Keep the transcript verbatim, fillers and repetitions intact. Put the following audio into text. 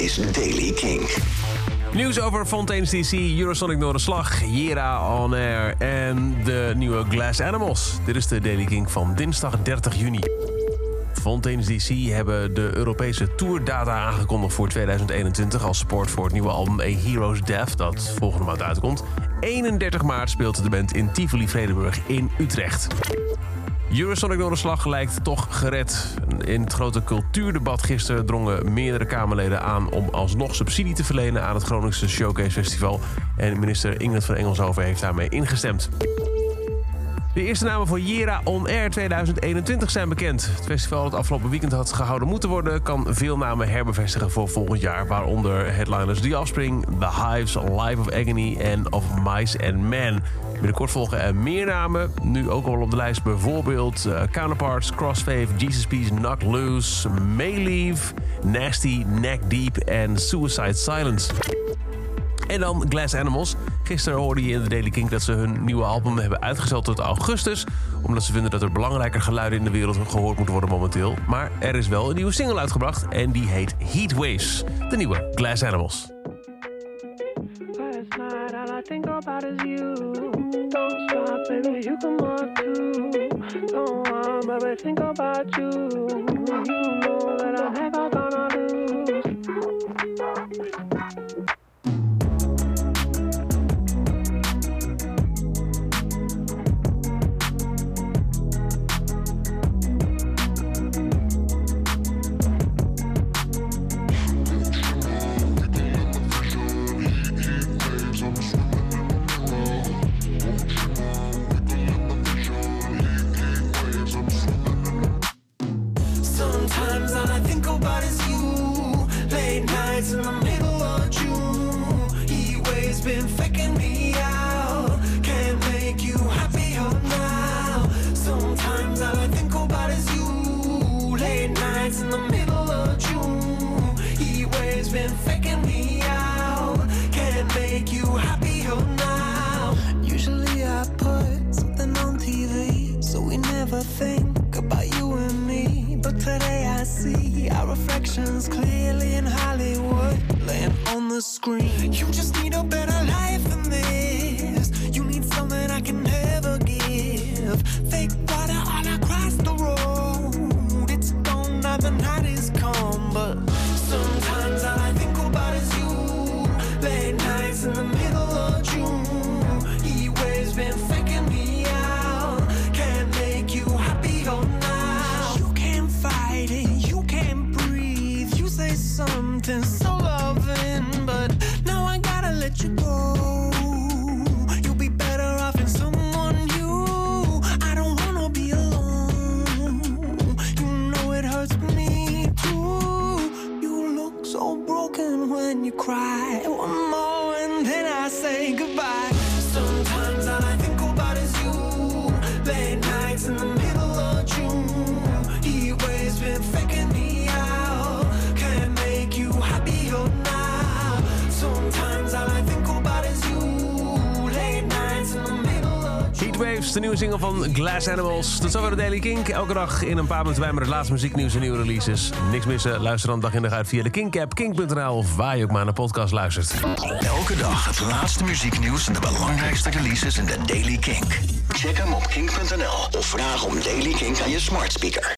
is Daily Kink. Nieuws over Fontaine's D C, Eurosonic Noorderslag, Jera On Air en de nieuwe Glass Animals. Dit is de Daily Kink van dinsdag dertig juni. Fontaine's D C hebben de Europese tourdata aangekondigd voor tweeduizend eenentwintig... als support voor het nieuwe album A Hero's Death, dat volgende maand uitkomt. eenendertig maart speelt de band in Tivoli Vredenburg in Utrecht. Eurosonic Noorderslag lijkt toch gered. In het grote cultuurdebat gisteren drongen meerdere Kamerleden aan om alsnog subsidie te verlenen aan het Groningse Showcase Festival. En minister Ingrid van Engelshoven heeft daarmee ingestemd. De eerste namen voor Jera On Air tweeduizend eenentwintig zijn bekend. Het festival dat afgelopen weekend had gehouden moeten worden kan veel namen herbevestigen voor volgend jaar, waaronder headliners The Offspring, The Hives, Life of Agony en Of Mice and Men. Binnenkort volgen er meer namen, nu ook al op de lijst bijvoorbeeld uh, Counterparts, Crossfade, Jesus Peace, Knocked Loose, Mayleave, Nasty, Neck Deep en Suicide Silence. En dan Glass Animals. Gisteren hoorde je in de Daily Kink dat ze hun nieuwe album hebben uitgesteld tot augustus, omdat ze vinden dat er belangrijker geluiden in de wereld gehoord moeten worden momenteel. Maar er is wel een nieuwe single uitgebracht en die heet Heatwaves, de nieuwe Glass Animals. Last night all I think about is you. Don't stop, baby, you come on too. Don't want, baby, think about you. You know that I'm never gonna lose. Sometimes all I think about is you. Late nights in the middle of June. Heat waves been faking me out. Can't make you happier now. Sometimes all I think about is you. Late nights in the middle of June. Heat waves been faking me out. Can't make you happier now. Usually I put something on T V, so we never think about you and me. But today I see our reflections clearly in Hollywood, laying on the screen. You just need a better life than this. You need something I can never give. Fake water all across the road. It's gone now, the night is come. But sometimes all I think about is you. Late nights in the middle of June. Heat waves been faking me out. Can't make you happier now. You can't fight it, you can't breathe. You say something so loving, but now I gotta let you go. You'll be better off in someone new. I don't wanna be alone. You know it hurts me too. You look so broken when you cry. One more and then I say goodbye. Sometimes all I think about is you. Late nights in the middle of June. Heat waves been faking me out. Can't make you happier now. Sometimes all I think about is you. Late nights in the middle of June. Heatwaves, de nieuwe single van Glass Animals. Tot zover de Daily Kink. Elke dag in een paar minuten bij met het laatste muzieknieuws en nieuwe releases. Niks missen, luister dan dag in dag uit via de Kink-app, kink punt n l of waar je ook maar naar podcast luistert. Elke dag het laatste muzieknieuws en de belangrijkste releases in de Daily Kink. Check hem op kink punt n l of vraag om Daily Kink aan je smart speaker.